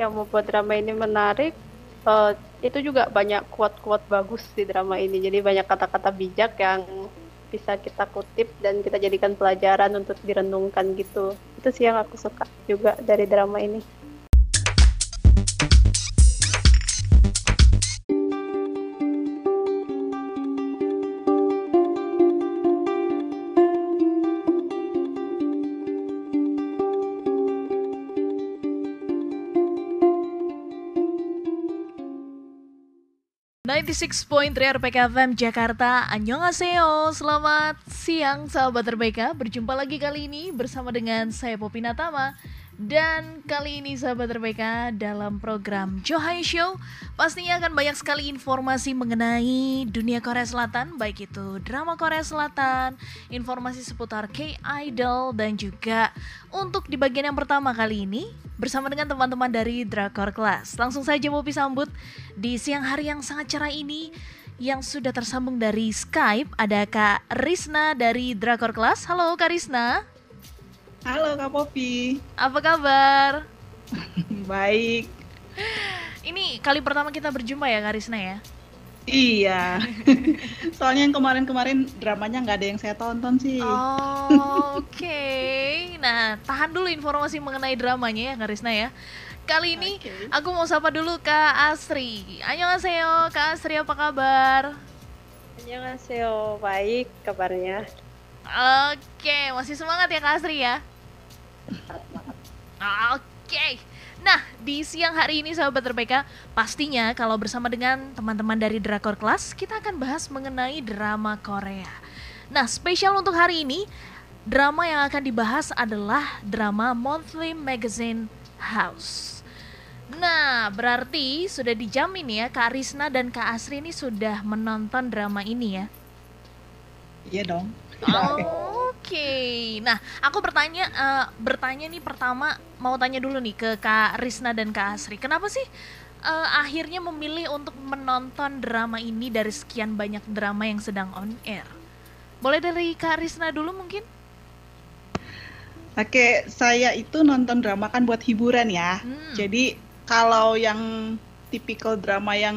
yang membuat drama ini menarik, eh, itu juga banyak quote-quote bagus di drama ini. Jadi banyak kata-kata bijak yang bisa kita kutip dan kita jadikan pelajaran untuk direnungkan gitu. Itu sih yang aku suka juga dari drama ini. 96.3 RPK FM Jakarta. Annyeonghaseyo. Selamat siang sahabat RPK. Berjumpa lagi kali ini bersama dengan saya Poppy Natama. Dan kali ini sahabat RPK dalam program Johai Show pastinya akan banyak sekali informasi mengenai dunia Korea Selatan, baik itu drama Korea Selatan, informasi seputar K-Idol, dan juga untuk di bagian yang pertama kali ini bersama dengan teman-teman dari Drakor Class. Langsung saja Poppy sambut di siang hari yang sangat cerah ini. Yang sudah tersambung dari Skype ada Kak Risna dari Drakor Class. Halo Kak Risna. Halo Kak Poppy. Apa kabar? Baik. Ini kali pertama kita berjumpa ya Kak Risna ya? Iya. Soalnya yang kemarin-kemarin dramanya nggak ada yang saya tonton sih. Oh, oke. Nah, tahan dulu informasi mengenai dramanya ya Kak Risna ya. Kali ini aku mau sapa dulu Kak Asri. Annyeonghaseyo, Kak Asri apa kabar? Annyeonghaseyo, baik kabarnya. Oke, masih semangat ya Kak Asri ya? Oke. Nah, di siang hari ini sahabat RPK, pastinya kalau bersama dengan teman-teman dari Drakor Class, kita akan bahas mengenai drama Korea. Nah, spesial untuk hari ini, drama yang akan dibahas adalah drama Monthly Magazine House. Nah, berarti sudah dijamin ya, Kak Risna dan Kak Asri ini sudah menonton drama ini ya? Iya dong. Oke. Nah, aku bertanya nih pertama mau tanya dulu nih ke Kak Risna dan Kak Asri. Kenapa sih akhirnya memilih untuk menonton drama ini dari sekian banyak drama yang sedang on air? Boleh dari Kak Risna dulu mungkin? Oke, saya itu nonton drama kan buat hiburan ya. Jadi kalau yang tipikal drama yang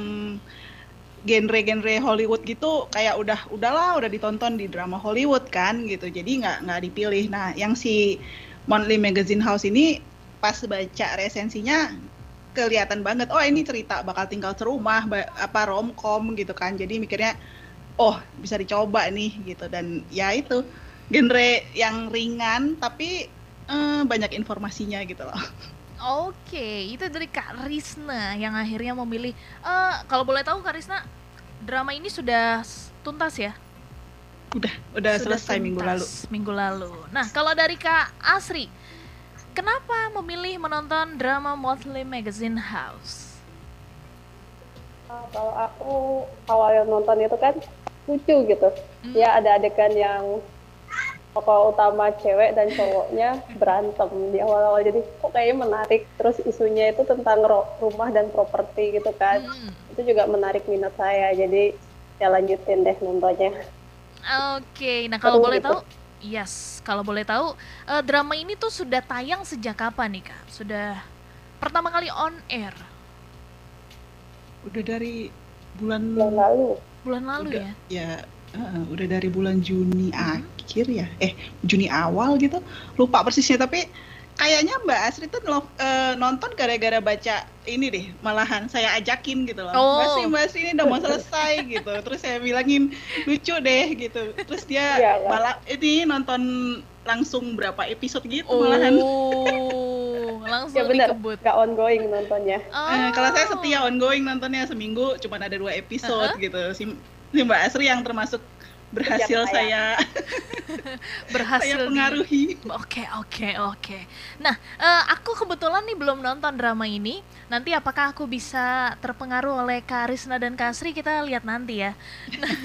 genre Hollywood gitu kayak udahlah ditonton di drama Hollywood kan gitu, jadi nggak dipilih. Nah, yang si Monthly Magazine House ini pas baca resensinya kelihatan banget, oh ini cerita bakal tinggal serumah, romcom gitu kan, jadi mikirnya oh bisa dicoba nih gitu. Dan ya itu genre yang ringan tapi banyak informasinya gitu loh. Oke, itu dari Kak Risna yang akhirnya memilih. Kalau boleh tahu Kak Risna, drama ini sudah tuntas ya? Udah selesai tuntas, minggu lalu. Nah, kalau dari Kak Asri, kenapa memilih menonton drama Monthly Magazine House? Kalau aku awalnya nonton itu kan lucu gitu. Ya ada adegan yang tokoh utama cewek dan cowoknya berantem di awal-awal, jadi kok kayaknya menarik. Terus isunya itu tentang rumah dan properti gitu kan. Itu juga menarik minat saya, jadi saya lanjutin deh nontonnya. Oke, nah kalau boleh tahu, kalau boleh tahu drama ini tuh sudah tayang sejak kapan nih Kak? Sudah pertama kali on air? Udah dari bulan lalu. Bulan lalu ya? Ya, udah dari bulan Juni akhir ya, Juni awal gitu, lupa persisnya. Tapi kayaknya Mbak Asri tuh nonton gara-gara baca ini deh, malahan saya ajakin gitu loh. Mbak Asri ini udah mau selesai gitu, terus saya bilangin lucu deh gitu, terus dia malah ini nonton langsung berapa episode gitu malahan. Langsung ya bener, dikebut. Gak ongoing nontonnya. Kalau saya setia ongoing nontonnya, seminggu cuma ada 2 episode gitu. Si Mbak Asri yang termasuk berhasil saya berhasil saya pengaruhi. Oke. Nah, aku kebetulan nih belum nonton drama ini. Nanti apakah aku bisa terpengaruh oleh Kak Risna dan Kak Asri, kita lihat nanti ya. Nah,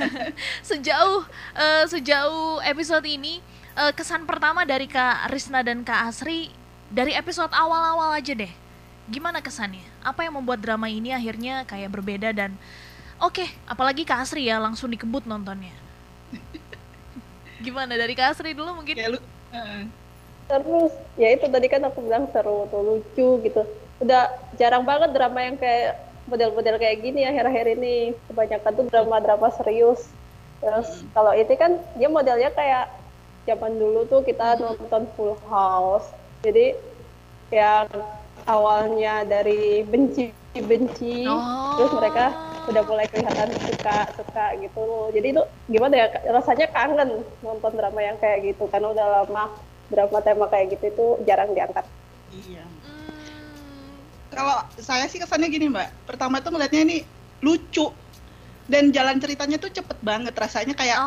sejauh episode ini, kesan pertama dari Kak Risna dan Kak Asri dari episode awal-awal aja deh. Gimana kesannya? Apa yang membuat drama ini akhirnya kayak berbeda dan apalagi Kak Asri ya langsung dikebut nontonnya. Gimana dari Kak Asri dulu mungkin? Terus ya itu tadi kan aku bilang seru tuh, lucu gitu. udah jarang banget drama yang kayak model-model kayak gini akhir-akhir ini. Kebanyakan tuh drama-drama serius. Terus kalau ini kan dia modelnya kayak zaman dulu tuh kita nonton Full House. Jadi yang awalnya dari benci-benci, terus mereka udah mulai kelihatan suka gitu loh. Jadi itu gimana ya, rasanya kangen nonton drama yang kayak gitu, karena udah lama drama tema kayak gitu itu jarang diangkat. Iya. Kalau saya sih kesannya gini Mbak, pertama tuh ngeliatnya ini lucu dan jalan ceritanya tuh cepet banget, rasanya kayak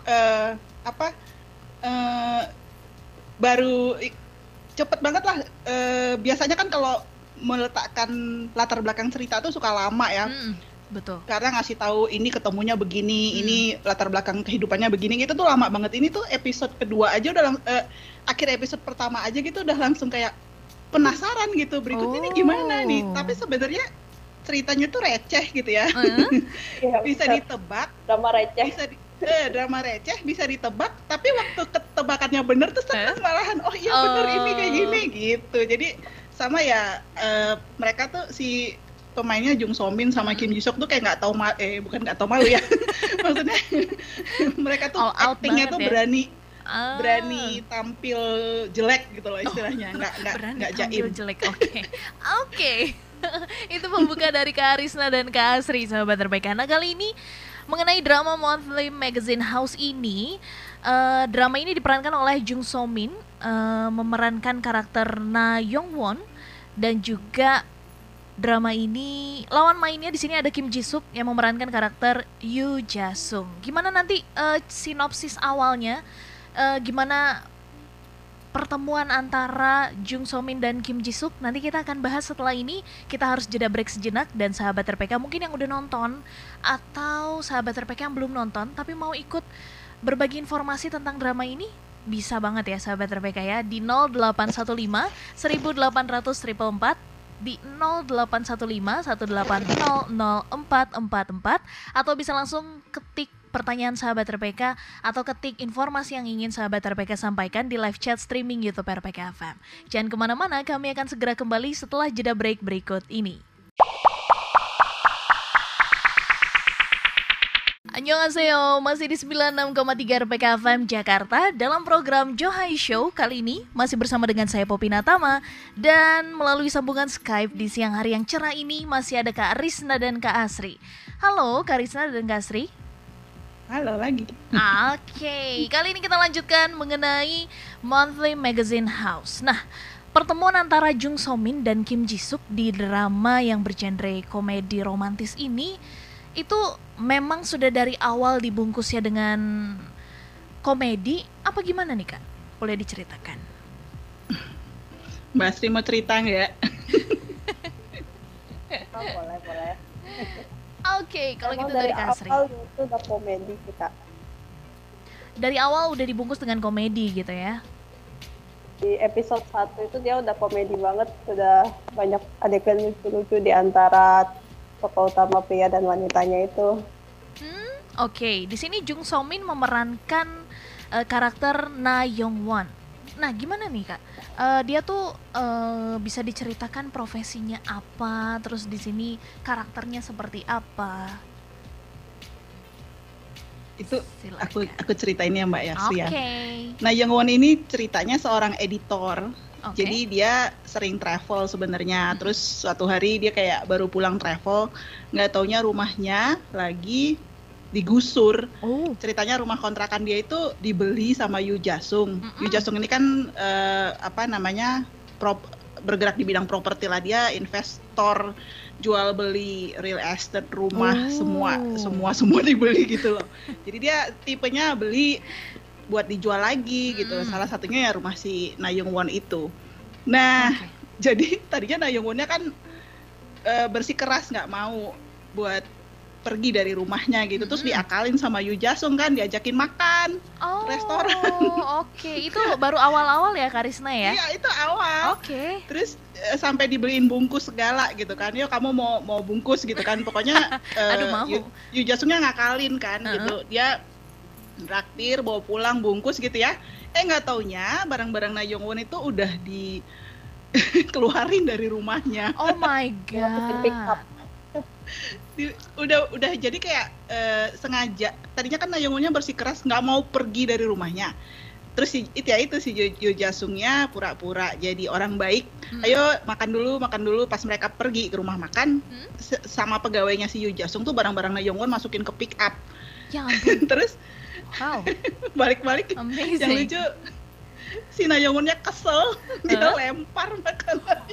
baru cepet banget lah. Biasanya kan kalau meletakkan latar belakang cerita tuh suka lama ya. Betul. Karena ngasih tahu ini ketemunya begini, ini latar belakang kehidupannya begini, itu tuh lama banget. Ini tuh episode kedua aja udah akhir episode pertama aja gitu udah langsung kayak penasaran gitu, berikutnya ini gimana nih. Tapi sebenarnya ceritanya tuh receh gitu ya. Bisa ditebak, drama receh. Drama receh bisa ditebak, tapi waktu ketebakannya bener tuh seneng malahan. Oh iya bener ini kayak gini gitu. Jadi sama ya, mereka tuh si pemainnya Jung So Min sama Kim Ji Suk tuh kayak bukan nggak tahu malu ya. Maksudnya mereka tuh actingnya tuh ya? berani tampil jelek gitu loh istilahnya, nggak jaim. Oke. Itu pembuka dari Kak Arisna dan Kak Asri, sahabat terbaik. Nah kali ini mengenai drama Monthly Magazine House ini, drama ini diperankan oleh Jung So Min, memerankan karakter Na Young Won, dan juga drama ini lawan mainnya di sini ada Kim Ji Suk yang memerankan karakter Yoo Ja Sung. Gimana nanti sinopsis awalnya? Gimana pertemuan antara Jung So Min dan Kim Ji Suk? Nanti kita akan bahas setelah ini. Kita harus jeda break sejenak. Dan sahabat RPK mungkin yang udah nonton atau sahabat RPK yang belum nonton tapi mau ikut berbagi informasi tentang drama ini, bisa banget ya sahabat RPK ya, di 0815 1800 444, di 0815 1800 444, atau bisa langsung ketik pertanyaan sahabat RPK atau ketik informasi yang ingin sahabat RPK sampaikan di live chat streaming YouTube RPK FM. Jangan kemana-mana, kami akan segera kembali setelah jeda break berikut ini. Annyeonghaseyo, masih di 96,3 RPK FM Jakarta dalam program Johai Show. Kali ini masih bersama dengan saya Poppy Natama, dan melalui sambungan Skype di siang hari yang cerah ini masih ada Kak Arisna dan Kak Asri. Halo Kak Arisna dan Kak Asri. Halo lagi. Oke, kali ini kita lanjutkan mengenai Monthly Magazine House. Nah, pertemuan antara Jung So Min dan Kim Ji Suk di drama yang bergenre komedi romantis ini itu memang sudah dari awal dibungkus ya dengan komedi, apa gimana nih Kak? Boleh diceritakan? Mbak Asri mau cerita nggak? Boleh. Oke, kalau gitu dari Kak Asri. Dari awal itu udah komedi kita. Dari awal udah dibungkus dengan komedi gitu ya? Di episode 1 itu dia udah komedi banget, udah banyak adegan lucu-lucu di antara tokoh utama pria dan wanitanya itu. Oke, di sini Jung So Min memerankan karakter Na Young Won. Nah, gimana nih Kak? Dia tuh bisa diceritakan profesinya apa, terus di sini karakternya seperti apa? Itu aku ceritain ya Mbak Yasri ya. Nah, Young Won ini ceritanya seorang editor. Jadi dia sering travel sebenarnya. Terus suatu hari dia kayak baru pulang travel, nggak taunya rumahnya lagi digusur. Ceritanya rumah kontrakan dia itu dibeli sama Yoo Ja Sung. Yoo Ja Sung ini kan bergerak di bidang properti lah, dia investor, jual beli real estate, rumah, semua dibeli gitu loh. Jadi dia tipenya beli buat dijual lagi gitu. Salah satunya ya rumah si Na Young Won itu. Nah, jadi tadinya Na Young Wonnya kan bersikeras nggak mau buat pergi dari rumahnya gitu. Terus diakalin sama Yoo Ja Sung kan, diajakin makan restoran. Itu baru awal-awal ya Karisna ya? Iya, itu awal. Terus sampai dibeliin bungkus segala gitu kan. Yuk kamu mau bungkus gitu kan. Pokoknya Yoo Ja Sungnya ngakalin kan gitu. Dia traktir, bawa pulang bungkus gitu ya. Nggak taunya barang-barang Na Young Won itu udah keluarin dari rumahnya. Oh my pick up. Udah jadi kayak sengaja. Tadinya kan Nayeongunnya bersikeras nggak mau pergi dari rumahnya. Terus si Yoo Jasungnya pura-pura jadi orang baik. Ayo makan dulu. Pas mereka pergi ke rumah makan, sama pegawainya si Yoo Jasung tuh barang-barang Nayeongun masukin ke pick up. Ya ampun. Terus Wow. balik-balik. Amazing. Yang lucu si Nayeongunnya kesel, dia lempar makanan.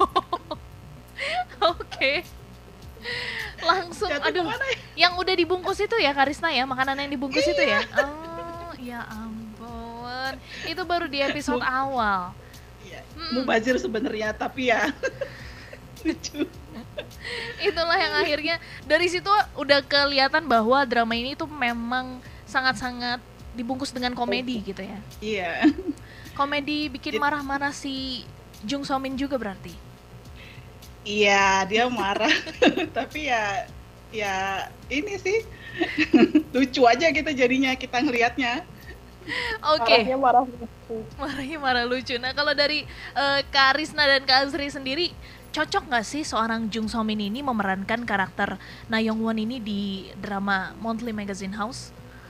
Oke. Langsung Jatuh aduh. kemana ya? Yang udah dibungkus itu ya Karisna ya, makanan yang dibungkus itu ya. Oh, ya ampun. Itu baru di episode awal. Iya, mubazir sebenarnya tapi ya lucu. Itulah yang akhirnya dari situ udah kelihatan bahwa drama ini tuh memang sangat-sangat dibungkus dengan komedi gitu ya. Iya. Komedi bikin marah-marah si Jung So Min juga berarti. Iya, dia marah. Tapi ya ini sih lucu aja gitu jadinya kita ngelihatnya. Oke. Marahnya marah lucu. Marahnya marah lucu. Nah kalau dari Kak Risna dan Kak Azri sendiri, cocok nggak sih seorang Jung So Min ini memerankan karakter Na Young Won ini di drama Monthly Magazine House?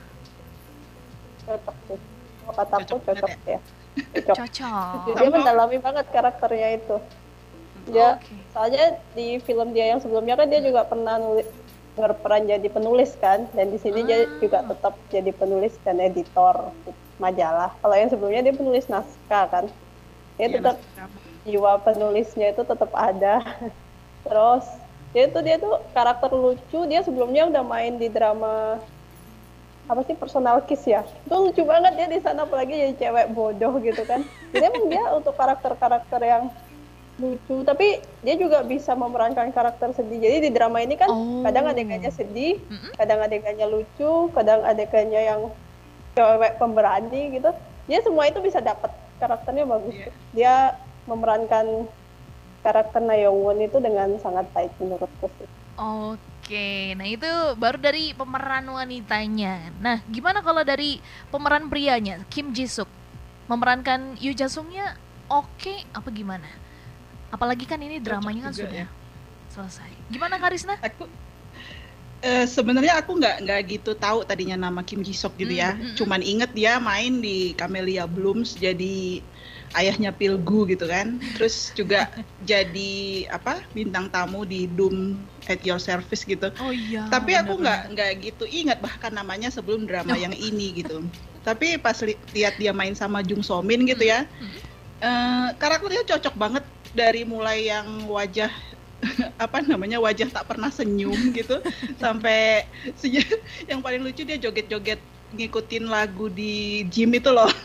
Cocok sih. Kalau kataku cocok ya. Cocok. Dia mendalami banget karakternya itu. Dia Oke. soalnya di film dia yang sebelumnya kan dia juga pernah berperan jadi penulis kan, dan di sini dia juga tetap jadi penulis dan editor majalah. Kalau yang sebelumnya dia penulis naskah kan, dia tetap jiwa penulisnya itu tetap ada. Terus dia tuh karakter lucu. Dia sebelumnya udah main di drama apa sih, Personal Kiss ya, itu lucu banget dia di sana, apalagi jadi cewek bodoh gitu kan. Jadi emang dia untuk karakter-karakter yang lucu, tapi dia juga bisa memerankan karakter sedih. Jadi di drama ini kan kadang adegannya sedih, kadang adegannya lucu, kadang adegannya yang cewek pemberani gitu. Dia semua itu bisa dapat, karakternya bagus. Dia memerankan karakter Na Young Won itu dengan sangat baik menurutku sih. Oke, nah itu baru dari pemeran wanitanya. Nah, gimana kalau dari pemeran prianya, Kim Ji Suk? Memerankan Yoo Ja Sungnya oke apa gimana? Apalagi kan ini dramanya kan sudah selesai. Gimana Karisna? Aku sebenarnya aku nggak gitu tahu tadinya nama Kim Ji Suk gitu ya. Cuman inget dia main di Camellia Blooms jadi ayahnya Pilgu gitu kan. Terus juga jadi bintang tamu di Doom at Your Service gitu. Oh iya. Tapi aku nggak gitu ingat bahkan namanya sebelum drama yang ini gitu. Tapi pas lihat dia main sama Jung So Min gitu ya, karakternya cocok banget. Dari mulai yang wajah wajah tak pernah senyum gitu sampai yang paling lucu dia joget-joget ngikutin lagu di gym itu loh.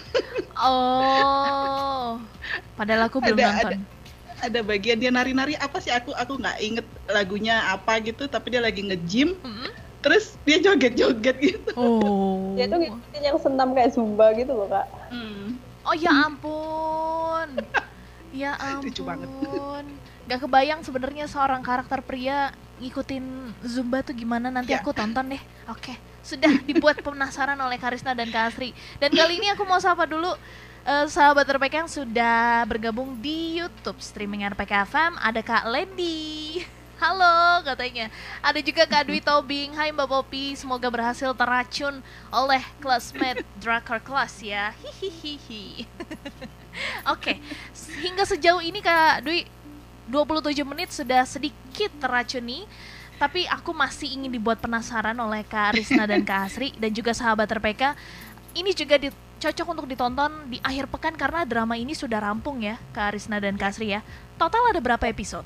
Oh, padahal aku belum nonton. Ada bagian dia nari-nari apa sih, aku nggak inget lagunya apa gitu, tapi dia lagi nge-gym, terus dia joget-joget gitu. Oh. Dia tuh ngikutin yang senam kayak Zumba gitu loh Kak. Oh ya ampun. Ya ampun. Lucu banget. Gak kebayang sebenarnya seorang karakter pria ngikutin Zumba tuh gimana, nanti aku tonton deh. Oke, sudah dibuat penasaran oleh Karisna dan Kak Asri. Dan kali ini aku mau sapa dulu sahabat RPK yang sudah bergabung di YouTube streaming RPK FM. Ada Kak Lady, halo katanya. Ada juga Kak Dwi Tobing, hai Mbak Popi, semoga berhasil teracun oleh classmate Drakor Class ya. Hihihihi. Oke, hingga sejauh ini Kak Dwi 27 menit sudah sedikit teracuni, tapi aku masih ingin dibuat penasaran oleh Kak Risna dan Kak Asri dan juga sahabat RPK. Ini juga cocok untuk ditonton di akhir pekan karena drama ini sudah rampung ya Kak Risna dan Kak Asri ya. Total ada berapa episode?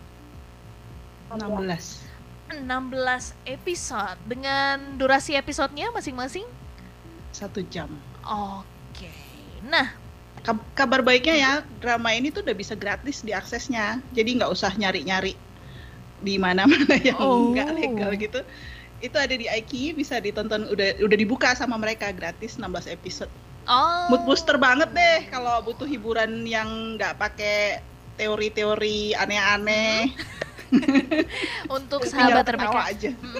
16 episode dengan durasi episodenya masing-masing 1 jam. Oke. Nah, kabar baiknya ya, drama ini tuh udah bisa gratis diaksesnya. Jadi nggak usah nyari-nyari di mana-mana yang nggak legal gitu. Itu ada di iQIYI, bisa ditonton, udah dibuka sama mereka gratis 16 episode. Mood booster banget deh kalau butuh hiburan yang nggak pakai teori-teori aneh-aneh. Untuk sahabat RPK.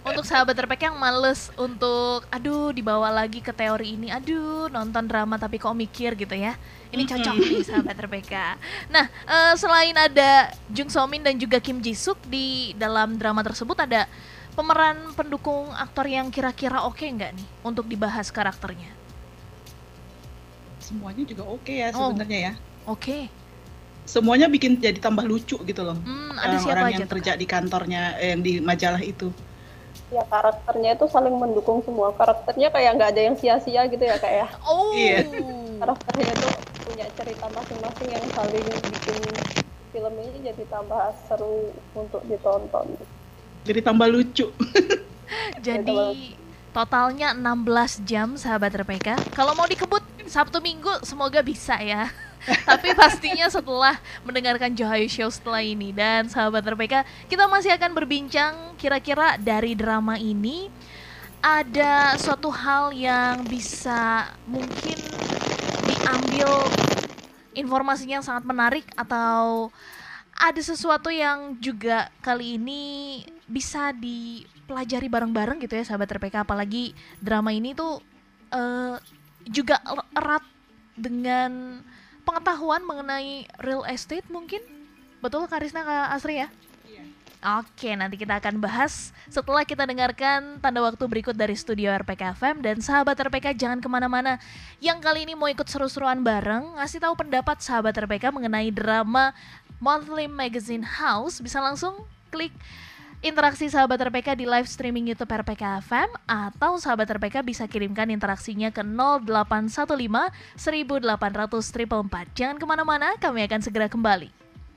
Untuk sahabat RPK yang males untuk dibawa lagi ke teori ini, nonton drama tapi kok mikir gitu ya, ini cocok nih sahabat RPK. Nah, selain ada Jung So Min dan juga Kim Ji Suk di dalam drama tersebut, ada pemeran pendukung aktor yang kira-kira oke nggak nih untuk dibahas karakternya? Semuanya juga oke ya sebenarnya ya. Oke. Semuanya bikin jadi tambah lucu gitu loh. Ada siapa orang aja yang kerja di kantornya, yang di majalah itu. Ya karakternya itu saling mendukung semua. Karakternya kayak nggak ada yang sia-sia gitu ya kayak. Iya. Karakternya tuh punya cerita masing-masing yang saling bikin film ini jadi tambah seru untuk ditonton. Jadi tambah lucu. Jadi totalnya 16 jam sahabat RPK. Kalau mau dikebut Sabtu Minggu semoga bisa ya. Tapi pastinya setelah mendengarkan Johayu Show setelah ini. Dan sahabat RPK, kita masih akan berbincang kira-kira dari drama ini ada suatu hal yang bisa mungkin diambil informasinya yang sangat menarik, atau ada sesuatu yang juga kali ini bisa dipelajari bareng-bareng gitu ya sahabat RPK. Apalagi drama ini tuh juga erat dengan pengetahuan mengenai real estate mungkin. Betul Kak Risna, Kak Asri ya? Iya. Oke, nanti kita akan bahas setelah kita dengarkan tanda waktu berikut dari studio RPK FM. Dan sahabat RPK jangan kemana-mana, yang kali ini mau ikut seru-seruan bareng, ngasih tahu pendapat sahabat RPK mengenai drama Monthly Magazine House, bisa langsung klik interaksi sahabat RPK di live streaming YouTube RPK FM, atau sahabat RPK bisa kirimkan interaksinya ke 0815 1800 444. Jangan kemana-mana, kami akan segera kembali.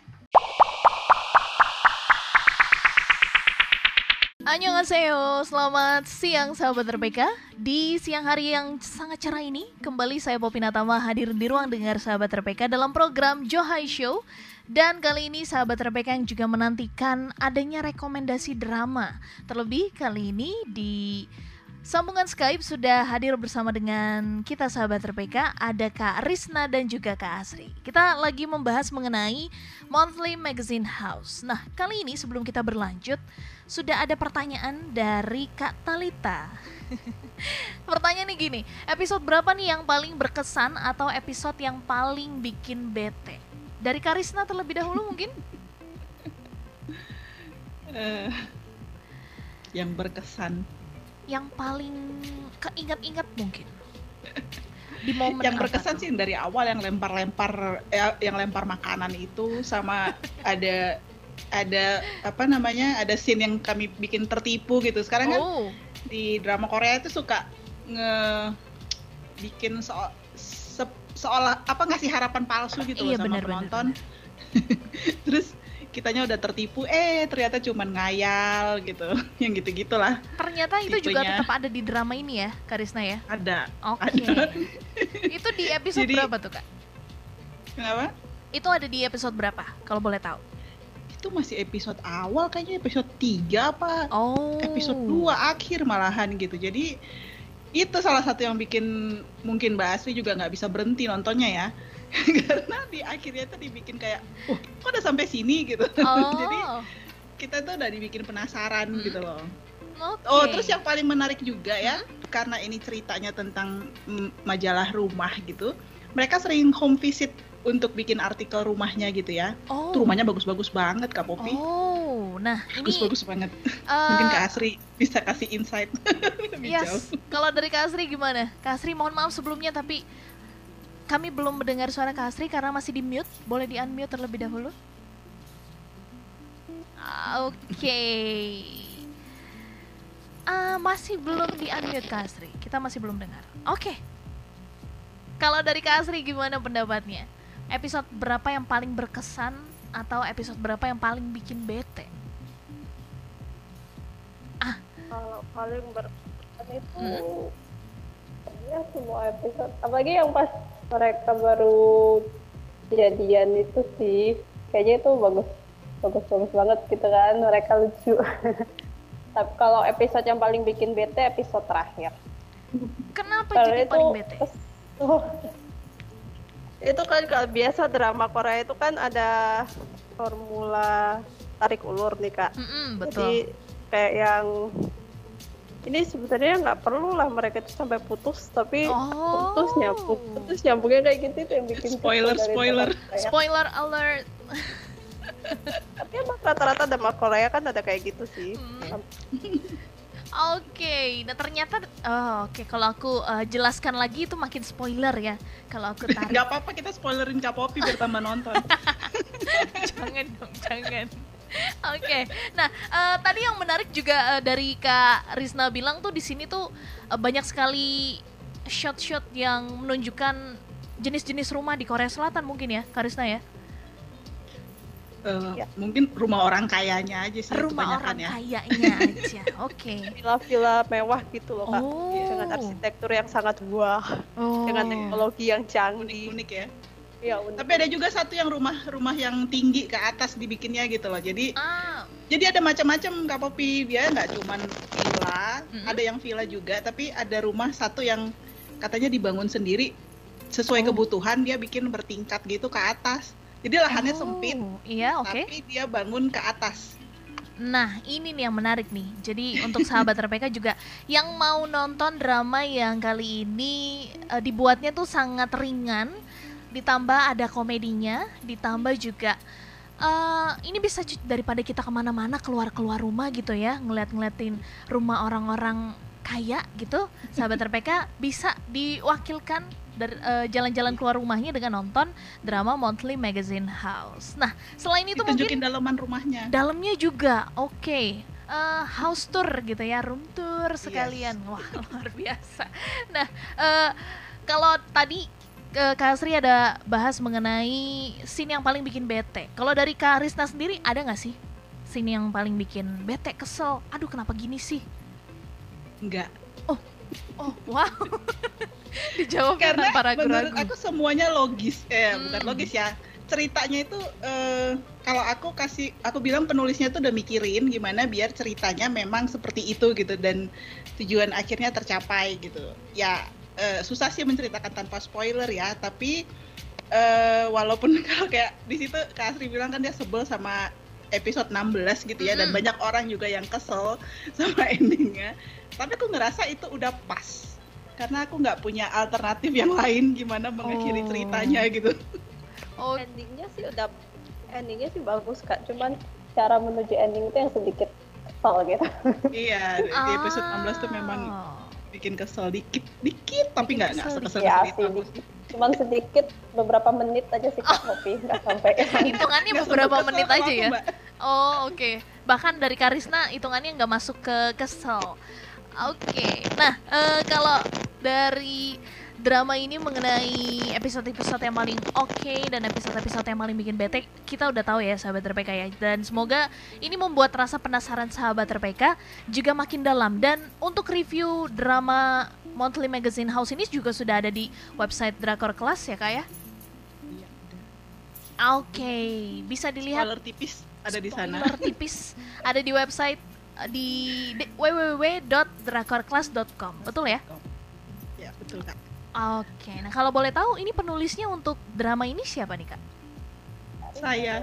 Annyeonghaseyo, selamat siang sahabat RPK. Di siang hari yang sangat cerah ini, kembali saya Poppy Natama hadir di ruang dengar sahabat RPK dalam program Johai Show. Dan kali ini sahabat RPK yang juga menantikan adanya rekomendasi drama. Terlebih kali ini di sambungan Skype sudah hadir bersama dengan kita sahabat RPK, ada Kak Risna dan juga Kak Asri. Kita lagi membahas mengenai Monthly Magazine House. Nah, kali ini sebelum kita berlanjut, sudah ada pertanyaan dari Kak Talita. Pertanyaannya gini, episode berapa nih yang paling berkesan atau episode yang paling bikin bete? Dari Kak Risna terlebih dahulu mungkin? Yang berkesan, yang paling keinget-inget mungkin di momen yang berkesan sih dari awal yang lempar-lempar yang lempar makanan itu, sama ada apa namanya, ada scene yang kami bikin tertipu gitu. Sekarang kan di drama Korea itu suka bikin seolah apa, ngasih harapan palsu gitu loh sama penonton. Terus kitanya udah tertipu, ternyata cuman ngayal gitu. Yang gitu-gitulah. Ternyata itu tipenya juga tetap ada di drama ini ya, Kak Risna ya? Ada. Oke. Itu di episode berapa tuh, Kak? Kenapa? Itu ada di episode berapa, kalau boleh tahu? Itu masih episode awal, kayaknya episode 3 apa episode 2 akhir malahan gitu. Jadi itu salah satu yang bikin mungkin Mbak Asri juga nggak bisa berhenti nontonnya ya. Karena di akhirnya tuh dibikin kayak, kok udah sampai sini gitu. Jadi kita tuh udah dibikin penasaran gitu loh. Terus yang paling menarik juga ya, karena ini ceritanya tentang majalah rumah gitu, mereka sering home visit untuk bikin artikel rumahnya gitu ya. Tuh rumahnya bagus-bagus banget Kak Poppy. Nah ini bagus banget. Mungkin Kak Asri bisa kasih insight. Yes. Kalau dari Kak Asri gimana? Kak Asri mohon maaf sebelumnya, tapi kami belum mendengar suara Kak Asri karena masih di mute. Boleh di unmute terlebih dahulu? Oke. Masih belum di unmute Kak Asri. Kita masih belum dengar. Oke. Kalau dari Kak Asri gimana pendapatnya? Episode berapa yang paling berkesan atau episode berapa yang paling bikin bete? Kalau paling berkesan itu ya semua episode, apalagi yang pas mereka baru jadian itu sih, kayaknya itu bagus banget gitu kan, mereka lucu. Tapi kalau episode yang paling bikin bete episode terakhir. Kenapa jadi paling bete? Itu kan kalau biasa drama Korea itu kan ada formula tarik ulur nih Kak. Betul. Jadi kayak yang ini sebenarnya nggak perlu lah mereka itu sampai putus, tapi Oh. putus nyambungnya kayak gitu itu yang bikin Spoiler. Spoiler alert. Tapi emang rata-rata drama Korea kan ada kayak gitu sih. Oke, nah ternyata oke, kalau aku jelaskan lagi itu makin spoiler ya. Kalau aku tarik. Nggak apa-apa kita spoilerin Kak Poppy biar tambah nonton. Jangan dong, jangan. Oke, nah tadi yang menarik juga dari Kak Risna bilang tuh di sini tuh banyak sekali shot-shot yang menunjukkan jenis-jenis rumah di Korea Selatan mungkin ya, Kak Risna ya? Ya. Mungkin rumah orang kayanya aja sih Rumah kebanyakan orang ya. kayanya aja, oke. Villa-villa mewah gitu loh Kak. Oh. Dengan arsitektur yang sangat wah, Oh. dengan teknologi yang canggih. Unik ya. Iya, unik. Tapi ada juga satu yang rumah yang tinggi ke atas dibikinnya gitu loh. Jadi ada macam-macam Kak Poppy. Dia nggak cuman villa, ada yang villa juga, tapi ada rumah satu yang katanya dibangun sendiri sesuai kebutuhan, dia bikin bertingkat gitu ke atas. Jadi lahannya sempit, iya, oke. tapi dia bangun ke atas. Nah, ini nih yang menarik nih. Jadi untuk sahabat RPK juga yang mau nonton drama yang kali ini dibuatnya tuh sangat ringan, ditambah ada komedinya, ditambah juga ini bisa daripada kita kemana-mana keluar rumah gitu ya, ngeliatin rumah orang-orang kaya gitu, sahabat RPK bisa diwakilkan dari jalan-jalan keluar rumahnya dengan nonton drama Monthly Magazine House. Nah, selain itu Ditunjukin mungkin dalaman rumahnya. dalamnya juga, oke. House tour gitu ya, room tour sekalian. Wah, luar biasa. Nah, kalau tadi Kak Sri ada bahas mengenai scene yang paling bikin bete. Kalau dari Kak Risna sendiri ada nggak sih scene yang paling bikin bete, kesel? Aduh, kenapa gini sih? Enggak. Oh, wow. Dijawab Karena tanpa menurut ragu-ragu. aku semuanya logis. Bukan logis ya. Ceritanya itu kalau aku bilang penulisnya tuh udah mikirin gimana biar ceritanya memang seperti itu gitu dan tujuan akhirnya tercapai gitu. Ya susah sih menceritakan tanpa spoiler ya, tapi walaupun kalau kayak di situ Kak Asri bilang kan dia sebel sama episode 16 gitu ya, dan banyak orang juga yang kesel sama endingnya. Tapi aku ngerasa itu udah pas karena aku nggak punya alternatif yang lain gimana mengakhiri ceritanya gitu. Endingnya sih bagus Kak, cuman cara menuju ending itu yang sedikit kesal gitu. Iya, di episode 16 tuh memang bikin kesel dikit tapi nggak sekesel ya, itu. Cuman sedikit, beberapa menit aja sih Kak Poppy, nggak sampai. Hitungannya beberapa menit aja ya. Oh, oke. Bahkan dari Karisna hitungannya nggak masuk ke kesel. Oke. Nah, kalau dari drama ini mengenai episode-episode yang paling oke dan episode-episode yang paling bikin bete, kita udah tahu ya sahabat RPK ya. Dan semoga ini membuat rasa penasaran sahabat RPK juga makin dalam. Dan untuk review drama Monthly Magazine House ini juga sudah ada di website Drakor Class ya Kak ya? Iya, Oke, bisa dilihat. Spoiler tipis ada di sana. Spoiler tipis ada di website di www.drakorclass.com. Betul ya? Ya, betul Kak. Oke, nah kalau boleh tahu ini penulisnya untuk drama ini siapa nih Kak? Saya.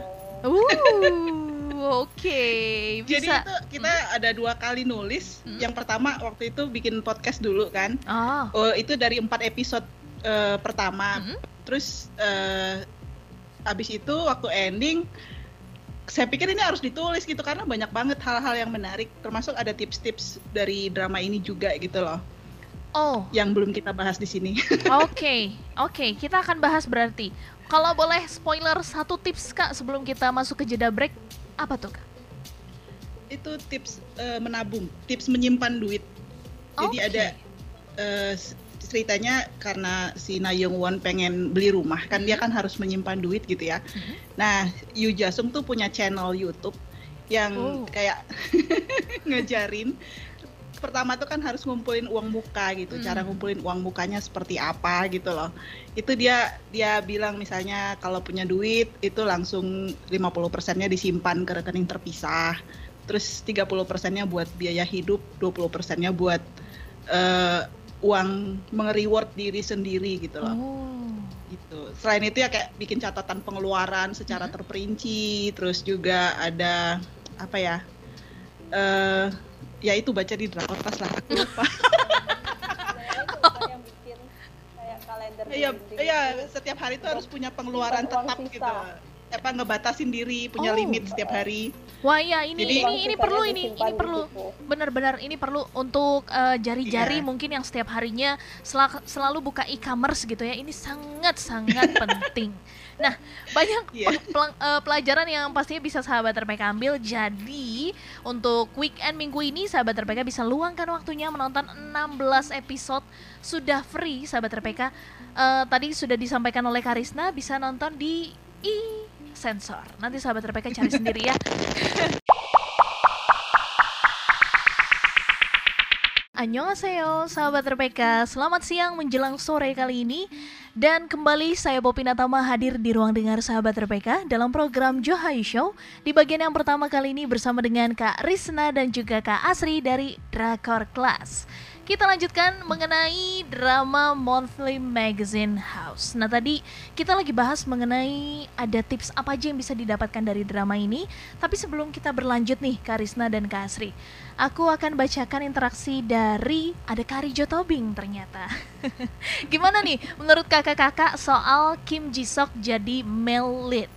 Oke, bisa. Jadi itu kita ada 2 kali nulis. Yang pertama waktu itu bikin podcast dulu kan. Itu dari 4 episode pertama. Terus abis itu waktu ending saya pikir ini harus ditulis gitu karena banyak banget hal-hal yang menarik, termasuk ada tips-tips dari drama ini juga gitu loh. Yang belum kita bahas di sini. Oke, kita akan bahas berarti. Kalau boleh spoiler 1 tips Kak sebelum kita masuk ke jeda break, apa tuh Kak? Itu tips menabung, tips menyimpan duit. Jadi ada ceritanya karena si Na Young Won pengen beli rumah kan, dia kan harus menyimpan duit gitu ya. Nah, Yoo Ja Sung tuh punya channel YouTube yang kayak ngejarin. Pertama tuh kan harus ngumpulin uang muka gitu. Cara ngumpulin uang mukanya seperti apa gitu loh. Itu dia bilang misalnya kalau punya duit itu langsung 50%-nya disimpan ke rekening terpisah. Terus 30%-nya buat biaya hidup, 20%-nya buat uang menge-reward diri sendiri gitu loh. Gitu. Selain itu ya kayak bikin catatan pengeluaran secara terperinci, terus juga ada apa ya? ya itu baca di Drakor Class lah, aku lupa. Yang bikin kayak kalender Iya, dinding iya, gitu. setiap hari itu harus punya pengeluaran Simpan uang tetap sisa. gitu. Apa ngebatasin diri, punya limit setiap hari. Wah ya ini Jadi- ini Uang perlu sisanya ini disimpan di perlu situ. benar-benar ini perlu untuk jari-jari Iya. mungkin yang setiap harinya selalu buka e-commerce gitu ya. Ini sangat-sangat penting. Nah, banyak Iya. pelajaran yang pastinya bisa sahabat RPK ambil. Jadi, untuk weekend minggu ini sahabat RPK bisa luangkan waktunya menonton 16 episode sudah free sahabat RPK. Tadi sudah disampaikan oleh Karisna, bisa nonton di sensor. Nanti sahabat RPK cari sendiri ya. Annyeonghaseyo, sahabat RPK. Selamat siang menjelang sore kali ini. Dan kembali saya Poppy Natama hadir di ruang dengar sahabat RPK dalam program Johai Show. Di bagian yang pertama kali ini bersama dengan Kak Risna dan juga Kak Asri dari Drakor Class. Kita lanjutkan mengenai drama Monthly Magazine House. Nah tadi kita lagi bahas mengenai ada tips apa aja yang bisa didapatkan dari drama ini. Tapi sebelum kita berlanjut nih Kak Risna dan Kak Asri, aku akan bacakan interaksi dari ada Karijo Tobing ternyata. Gimana nih menurut kakak-kakak soal Kim Ji-sok jadi male lead?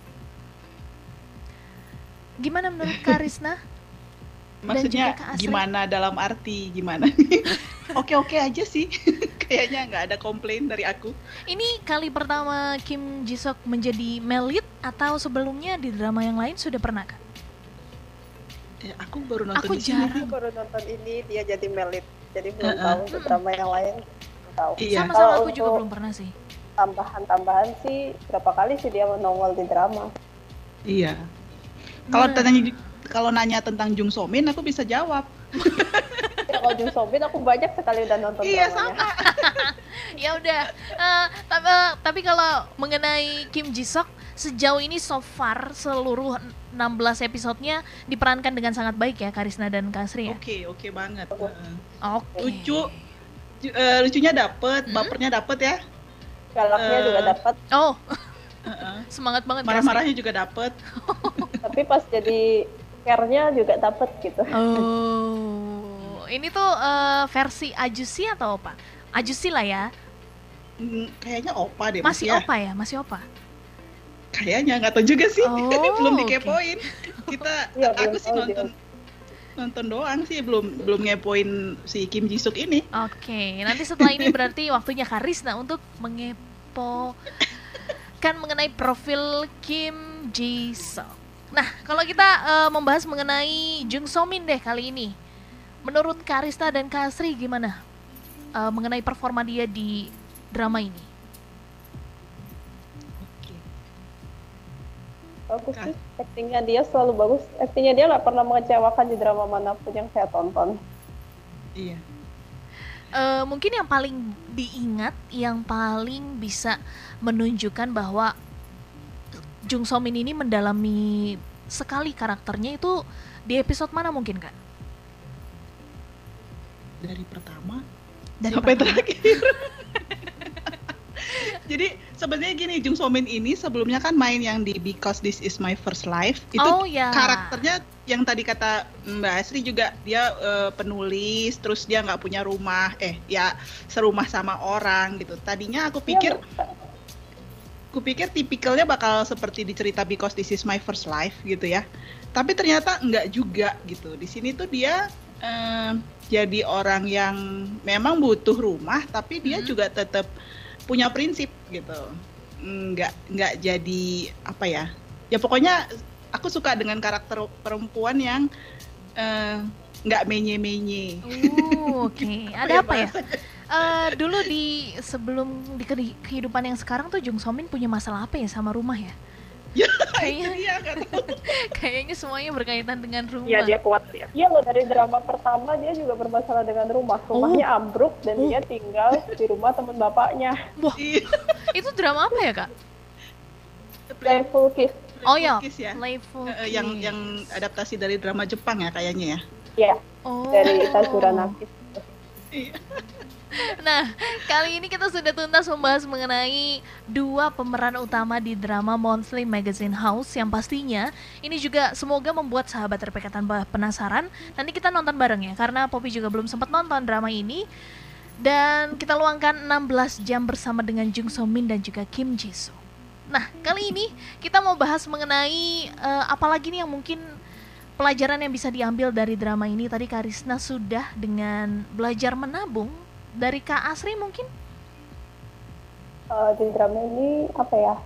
Gimana menurut Kak Risna? Maksudnya juga Kak Asri. gimana dalam arti gimana? Oke-oke aja sih. Kayaknya nggak ada komplain dari aku. Ini kali pertama Kim Ji-sok menjadi male lead atau sebelumnya di drama yang lain sudah pernah Kak? Ya, aku baru nonton Aku di sini. jarang. Aku baru nonton ini dia jadi melit, jadi belum tahu untuk drama yang lain. Belum tahu. Iya. Sama-sama Kalau aku juga untuk belum pernah sih. tambahan sih berapa kali sih dia menongol di drama. Iya. Kalau Nah. kalau nanya tentang Jung So Min, aku bisa jawab. Ya, kalau Jung So Bin aku banyak sekali udah nonton Iya, dramanya. sama. Ya udah, tapi kalau mengenai Kim Ji-sok sejauh ini so far seluruh 16 episodenya diperankan dengan sangat baik ya Karisna dan Kasri ya. Oke banget. Oke. Lucunya dapet, bapernya dapet ya. Galaknya juga dapat, Oh, Heeh. semangat banget Kasri. Marah-marahnya juga dapet. tapi pas jadi care-nya juga dapat gitu. Oh, ini tuh versi Ajusi atau apa? Ajusi lah ya. Kayaknya opa deh. Masih ya. opa ya, masih opa. Kayaknya nggak tahu juga sih. Oh, Belum oke. dikepoin. Iya, Aku belum sih tahu nonton doang sih, belum ngepoin si Kim Ji Suk ini. Oke, nanti setelah ini berarti waktunya Karisna untuk mengepo kan mengenai profil Kim Ji-sok. Nah, kalau kita membahas mengenai Jung So Min deh kali ini. Menurut Karisna dan Kasri gimana mengenai performa dia di drama ini? Bagus sih, actingnya dia selalu bagus. Actingnya dia nggak pernah mengecewakan di drama manapun yang saya tonton. Iya. Mungkin yang paling diingat, yang paling bisa menunjukkan bahwa Jung So Min ini mendalami sekali karakternya itu di episode mana mungkin Kak? Dari pertama Dari sampai pertama. terakhir. Jadi sebenarnya gini, Jung So Min ini sebelumnya kan main yang di Because This Is My First Life. Itu Oh, ya. karakternya yang tadi kata Mbak Asri juga, dia penulis, terus dia nggak punya rumah, ya serumah sama orang gitu. Tadinya aku pikir tipikalnya bakal seperti di cerita Because This Is My First Life gitu ya. Tapi ternyata enggak juga gitu. Di sini tuh dia jadi orang yang memang butuh rumah, tapi dia juga tetap punya prinsip gitu. Enggak jadi apa ya? Ya pokoknya aku suka dengan karakter perempuan yang nggak menye-menye. Oke. Ada apa ya? Dulu sebelum di kehidupan yang sekarang tuh Jung So Min punya masalah apa ya sama rumah ya? Ya, Kayaknya itu dia nggak tahu. kayaknya semuanya berkaitan dengan rumah. Iya, dia kuat ya. Iya loh, dari drama pertama dia juga bermasalah dengan rumah. Rumahnya ambruk dan dia tinggal di rumah teman bapaknya. Wah, Iya. itu drama apa ya Kak? Playful Kiss. Oh ya, Kiss ya. Playful yang Kiss. adaptasi dari drama Jepang ya kayaknya ya. Iya, Oh. dari Itazura Nakis. Iya. Nah, kali ini kita sudah tuntas membahas mengenai dua pemeran utama di drama Monthly Magazine House yang pastinya ini juga semoga membuat sahabat RPK tambah penasaran. Nanti kita nonton bareng ya, karena Poppy juga belum sempat nonton drama ini. Dan kita luangkan 16 jam bersama dengan Jung So Min dan juga Kim Ji Soo. Nah, kali ini kita mau bahas mengenai apalagi nih yang mungkin pelajaran yang bisa diambil dari drama ini. Tadi Kak Risna sudah dengan belajar menabung. Dari Kak Asri mungkin? Di drama ini apa ya?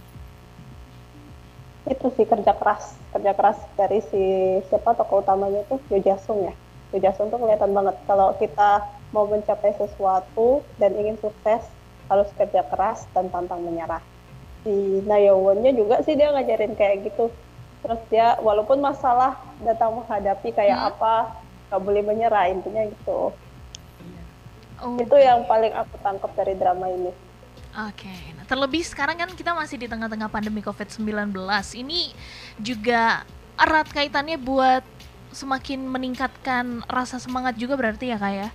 Itu sih kerja keras dari si siapa tokoh utamanya itu Yoo Ja Sung ya. Yoo Ja Sung tuh kelihatan banget kalau kita mau mencapai sesuatu dan ingin sukses harus kerja keras dan pantang menyerah. Si Na Young Won-nya juga sih dia ngajarin kayak gitu. Terus dia walaupun masalah datang menghadapi kayak apa, gak boleh menyerah, intinya gitu. Itu yang paling aku tangkap dari drama ini. Oke, nah terlebih sekarang kan kita masih di tengah-tengah pandemi COVID-19. Ini juga erat kaitannya buat semakin meningkatkan rasa semangat juga berarti ya Kak ya?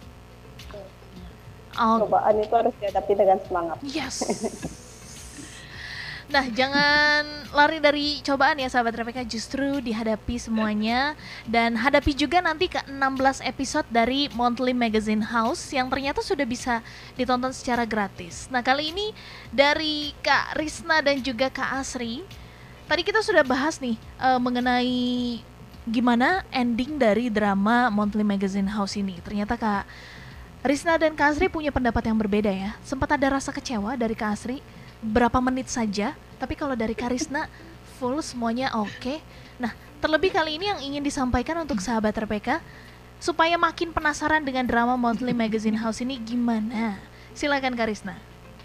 Cobaan itu harus dihadapi dengan semangat. Yes. Nah, jangan lari dari cobaan ya sahabat RPK, justru dihadapi semuanya. Dan hadapi juga nanti ke 16 episode dari Monthly Magazine House yang ternyata sudah bisa ditonton secara gratis. Nah, kali ini dari Kak Risna dan juga Kak Asri, tadi kita sudah bahas nih mengenai gimana ending dari drama Monthly Magazine House ini. Ternyata Kak Risna dan Kak Asri punya pendapat yang berbeda ya. Sempat ada rasa kecewa dari Kak Asri berapa menit saja, tapi kalau dari Kak Risna full semuanya oke. Nah, terlebih kali ini yang ingin disampaikan untuk sahabat RPK supaya makin penasaran dengan drama Monthly Magazine House ini gimana? Silakan Kak Risna.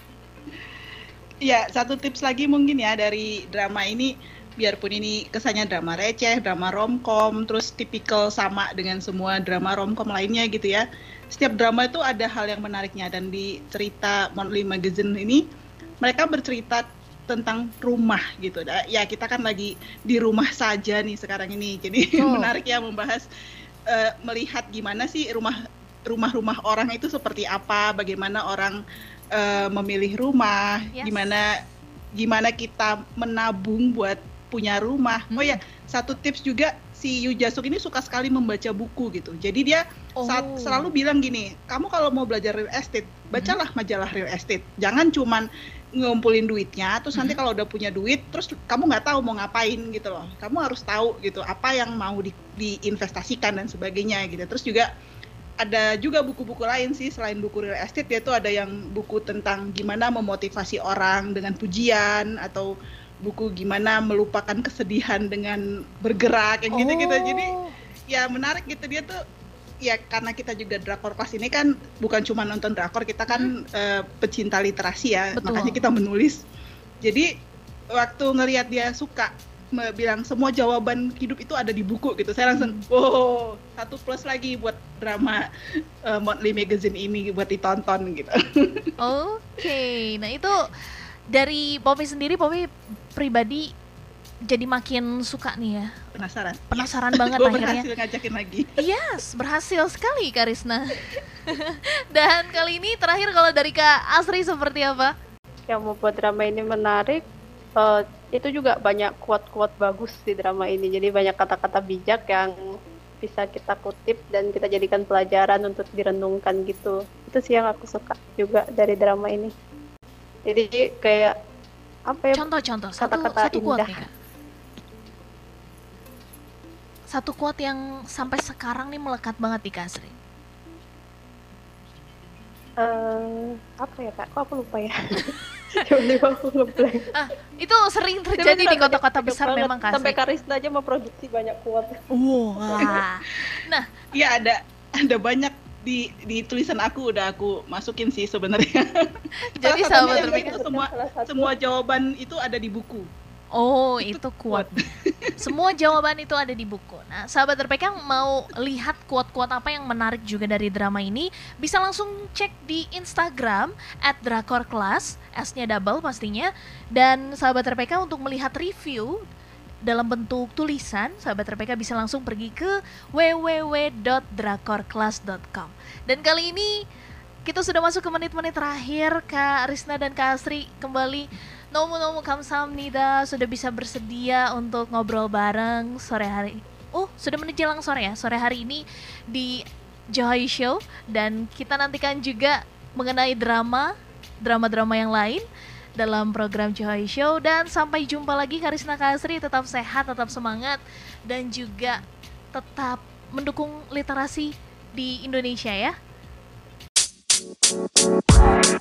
Ya, satu tips lagi mungkin ya dari drama ini, biarpun ini kesannya drama receh, drama romcom, terus tipikal sama dengan semua drama romcom lainnya gitu ya. Setiap drama itu ada hal yang menariknya, dan di cerita Monthly Magazine ini mereka bercerita tentang rumah gitu. Ya kita kan lagi di rumah saja nih sekarang ini. Jadi menarik ya membahas melihat gimana sih rumah-rumah orang itu seperti apa, bagaimana orang memilih rumah, gimana kita menabung buat punya rumah. Oh ya, satu tips juga, si Yoo Ja Sung ini suka sekali membaca buku gitu. Jadi dia selalu bilang gini, kamu kalau mau belajar real estate, bacalah majalah real estate. Jangan cuman ngumpulin duitnya, terus nanti kalau udah punya duit, terus kamu nggak tahu mau ngapain gitu loh. Kamu harus tahu gitu apa yang mau diinvestasikan dan sebagainya gitu. Terus juga ada juga buku-buku lain sih selain buku real estate, yaitu ada yang buku tentang gimana memotivasi orang dengan pujian, atau buku gimana melupakan kesedihan dengan bergerak kayak gitu-gitu. Jadi ya menarik gitu, dia tuh ya karena kita juga drakor kelas ini kan bukan cuma nonton drakor, kita kan pecinta literasi ya. Betul. Makanya kita menulis. Jadi waktu ngelihat dia suka bilang semua jawaban hidup itu ada di buku gitu, saya langsung satu plus lagi buat drama Monthly Magazine ini buat ditonton gitu. Oke, nah itu dari Poppy sendiri, Poppy pribadi jadi makin suka nih ya. Penasaran banget akhirnya. Berhasil ngajakin lagi. Yes, berhasil sekali Kak Risna. Dan kali ini terakhir kalau dari Kak Asri seperti apa? Yang membuat drama ini menarik, itu juga banyak quote-quote bagus di drama ini. Jadi banyak kata-kata bijak yang bisa kita kutip dan kita jadikan pelajaran untuk direnungkan gitu. Itu sih yang aku suka juga dari drama ini. Jadi kayak apa ya? Contoh kata-kata satu quote indah. Nih, Kak. Satu quote yang sampai sekarang nih melekat banget di Kak Asri. Apa ya Kak? Kok aku lupa ya? Tiba-tiba aku ngeblank. Itu sering terjadi di kota-kota besar memang Kak Asri. Sampai Kak Risna aja memproduksi banyak quote. Wah. Nah, ya ada banyak di tulisan aku udah aku masukin sih sebenarnya. Jadi sahabat itu semua jawaban itu ada di buku. Oh, itu quote. Semua jawaban itu ada di buku. Nah, sahabat RPK yang mau lihat quote-quote apa yang menarik juga dari drama ini, bisa langsung cek di Instagram @drakorclass, S-nya double pastinya. Dan sahabat RPK untuk melihat review dalam bentuk tulisan, sahabat RPK bisa langsung pergi ke www.drakorclass.com. Dan kali ini kita sudah masuk ke menit-menit terakhir. Kak Risna dan Kak Asri kembali nomu kamsahamnida, sudah bisa bersedia untuk ngobrol bareng sore hari. Oh, sudah menjelang sore ya. Sore hari ini di Johai Show, dan kita nantikan juga mengenai drama-drama yang lain dalam program Johai Show. Dan sampai jumpa lagi Kak Risna, Kak Asri, tetap sehat, tetap semangat, dan juga tetap mendukung literasi di Indonesia ya.